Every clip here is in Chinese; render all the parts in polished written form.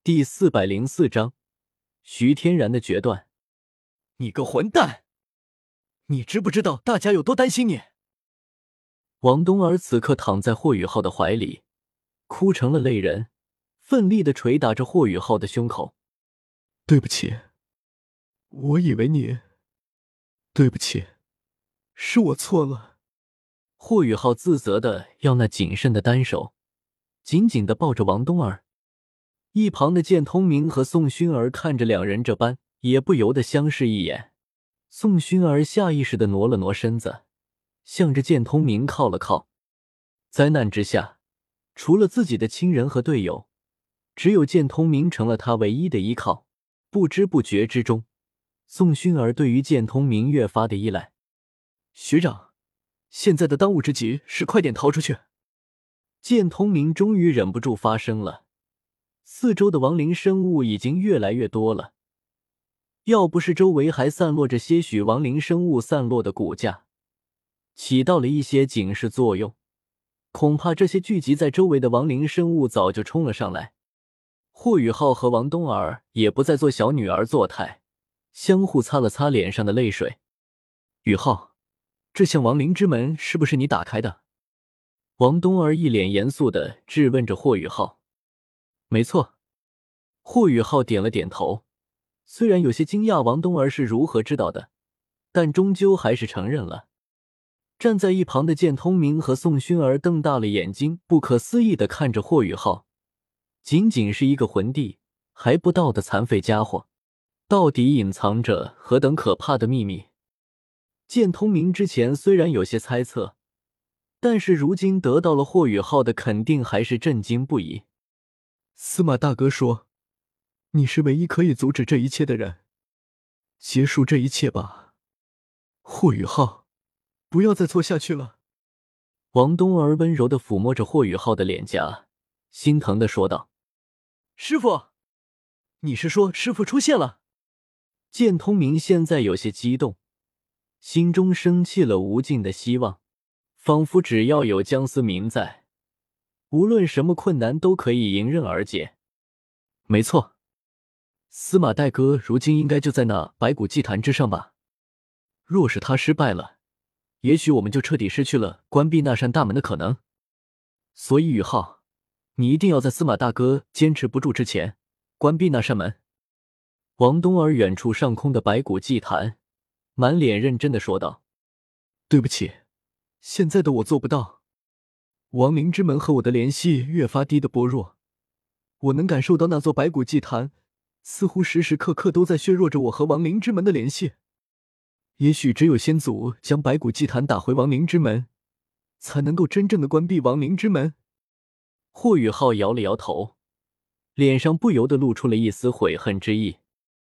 第404章徐天然的决断。 你个混蛋，你知不知道大家有多担心你？ 王冬儿此刻躺在霍雨浩的怀里，哭成了泪人，奋力地捶打着霍雨浩的胸口。 对不起，我以为你……对不起，是我错了。 霍雨浩自责地要那谨慎的单手紧紧地抱着王冬儿。一旁的剑通明和宋薰儿看着两人这般，也不由得相视一眼。宋薰儿下意识地挪了挪身子，向着剑通明靠了靠。灾难之下，除了自己的亲人和队友，只有剑通明成了他唯一的依靠。不知不觉之中，宋薰儿对于剑通明越发的依赖。 学长，现在的当务之急是快点逃出去。 剑通明终于忍不住发声了。四周的亡灵生物已经越来越多了，要不是周围还散落着些许亡灵生物散落的骨架，起到了一些警示作用，恐怕这些聚集在周围的亡灵生物早就冲了上来。霍雨浩和王冬儿也不再做小女儿作态，相互擦了擦脸上的泪水。 雨浩，这项亡灵之门是不是你打开的？ 王冬儿一脸严肃地质问着霍雨浩。没错，霍雨浩点了点头，虽然有些惊讶王冬儿是如何知道的，但终究还是承认了。站在一旁的剑通明和宋薰儿瞪大了眼睛，不可思议地看着霍雨浩，仅仅是一个魂帝还不到的残废家伙，到底隐藏着何等可怕的秘密？剑通明之前虽然有些猜测，但是如今得到了霍雨浩的肯定，还是震惊不已。 司马大哥说，你是唯一可以阻止这一切的人，结束这一切吧。霍雨浩，不要再错下去了。 王冬儿温柔地抚摸着霍雨浩的脸颊，心疼地说道： 师父，你是说师父出现了？ 剑通明现在有些激动，心中升起了无尽的希望，仿佛只要有江思明在，无论什么困难都可以迎刃而解。没错，司马大哥如今应该就在那白骨祭坛之上吧？若是他失败了，也许我们就彻底失去了关闭那扇大门的可能。所以雨浩，你一定要在司马大哥坚持不住之前关闭那扇门。王冬儿远处上空的白骨祭坛，满脸认真地说道： 对不起，现在的我做不到。亡灵之门和我的联系越发低的薄弱，我能感受到那座白骨祭坛似乎时时刻刻都在削弱着我和亡灵之门的联系。也许只有先祖将白骨祭坛打回亡灵之门，才能够真正的关闭亡灵之门。 霍雨浩摇了摇头，脸上不由得露出了一丝悔恨之意。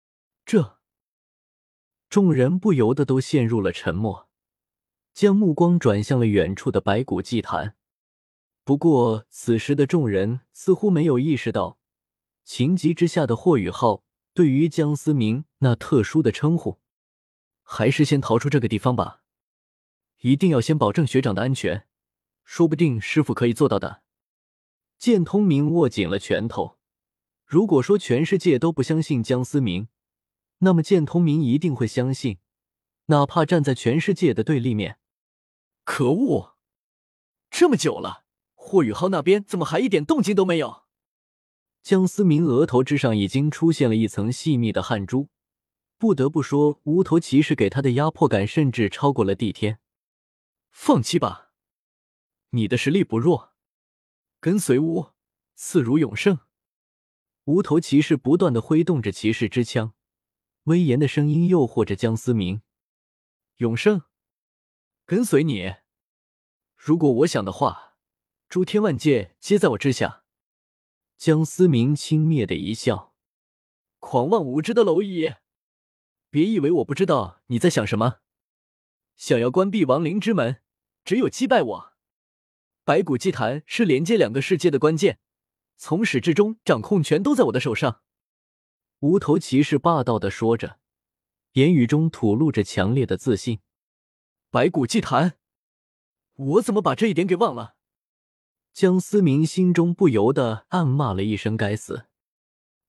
众人不由得都陷入了沉默，将目光转向了远处的白骨祭坛。不过此时的众人似乎没有意识到情急之下的霍雨浩对于江思明那特殊的称呼。还是先逃出这个地方吧，一定要先保证学长的安全，说不定师父可以做到的。剑通明握紧了拳头，如果说全世界都不相信江思明，那么剑通明一定会相信，哪怕站在全世界的对立面。 可恶，这么久了，霍雨浩那边怎么还一点动静都没有？ 江思明额头之上已经出现了一层细密的汗珠，不得不说无头骑士给他的压迫感甚至超过了帝天。 放弃吧，你的实力不弱，跟随吾，赐汝永生。 无头骑士不断地挥动着骑士之枪，威严的声音诱惑着江思明。 永生，跟随你。如果我想的话，诸天万界皆在我之下。 江思明轻蔑的一笑。 狂妄无知的蝼蚁，别以为我不知道你在想什么。想要关闭亡灵之门，只有击败我。白骨祭坛是连接两个世界的关键，从始至终掌控权都在我的手上。 无头骑士霸道地说着，言语中吐露着强烈的自信。 白骨祭坛，我怎么把这一点给忘了？ 江思明心中不由得暗骂了一声该死。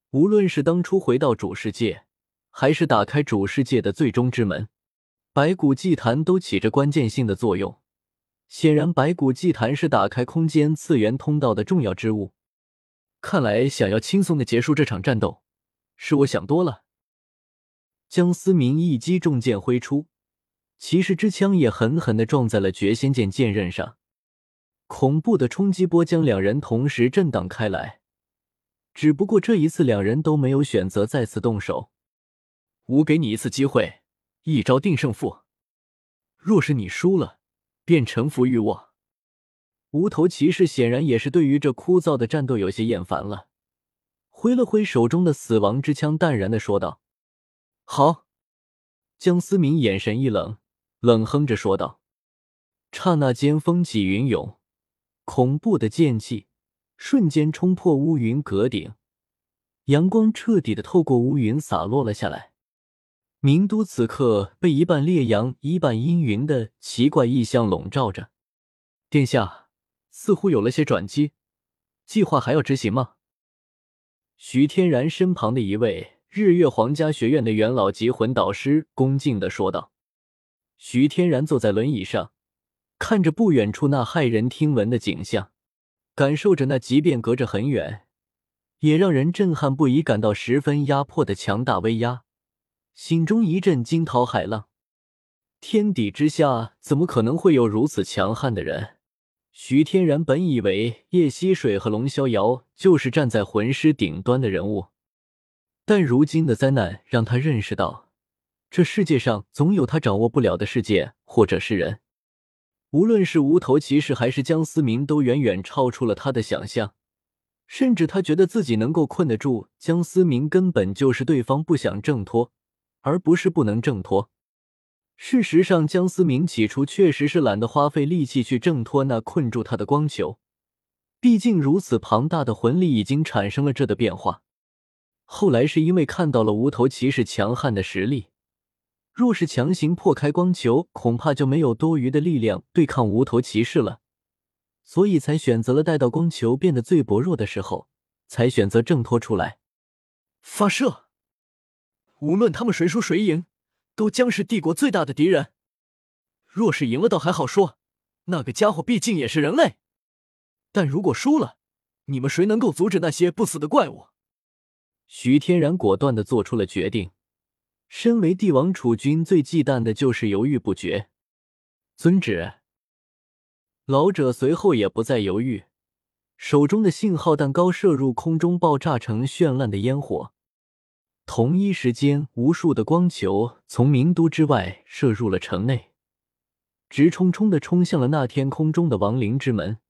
无论是当初回到主世界，还是打开主世界的最终之门，白骨祭坛都起着关键性的作用。显然白骨祭坛是打开空间次元通道的重要之物。 看来想要轻松的结束这场战斗，是我想多了。 江思明一击重剑挥出，骑士之枪也狠狠地撞在了绝仙剑剑刃上，恐怖的冲击波将两人同时震荡开来。只不过这一次两人都没有选择再次动手。 吾给你一次机会，一招定胜负。若是你输了，便臣服于我。 无头骑士显然也是对于这枯燥的战斗有些厌烦了，挥了挥手中的死亡之枪，淡然地说道： 好。 江思明眼神一冷，冷哼着说道。刹那间风起云涌，恐怖的剑气瞬间冲破乌云阁顶，阳光彻底的透过乌云洒落了下来。名都此刻被一半烈阳一半阴云的奇怪异象笼罩着。 殿下，似乎有了些转机，计划还要执行吗？ 徐天然身旁的一位日月皇家学院的元老级魂导师恭敬地说道。徐天然坐在轮椅上，看着不远处那骇人听闻的景象，感受着那即便隔着很远也让人震撼不已，感到十分压迫的强大威压，心中一阵惊涛骇浪。天底之下怎么可能会有如此强悍的人？徐天然本以为叶溪水和龙逍遥就是站在魂师顶端的人物，但如今的灾难让他认识到，这世界上总有他掌握不了的世界或者是人。无论是无头骑士还是江思明，都远远超出了他的想象，甚至他觉得自己能够困得住江思明，根本就是对方不想挣脱，而不是不能挣脱。事实上，江思明起初确实是懒得花费力气去挣脱那困住他的光球，毕竟如此庞大的魂力已经产生了这的变化。后来是因为看到了无头骑士强悍的实力，若是强行破开光球，恐怕就没有多余的力量对抗无头骑士了，所以才选择了待到光球变得最薄弱的时候，才选择挣脱出来。 发射！无论他们谁输谁赢，都将是帝国最大的敌人。若是赢了倒还好说，那个家伙毕竟也是人类。但如果输了，你们谁能够阻止那些不死的怪物？ 徐天然果断地做出了决定。身为帝王储君，最忌惮的就是犹豫不决。遵旨。老者随后也不再犹豫，手中的信号弹高射入空中，爆炸成绚烂的烟火。同一时间，无数的光球从名都之外射入了城内，直冲冲地冲向了那天空中的亡灵之门。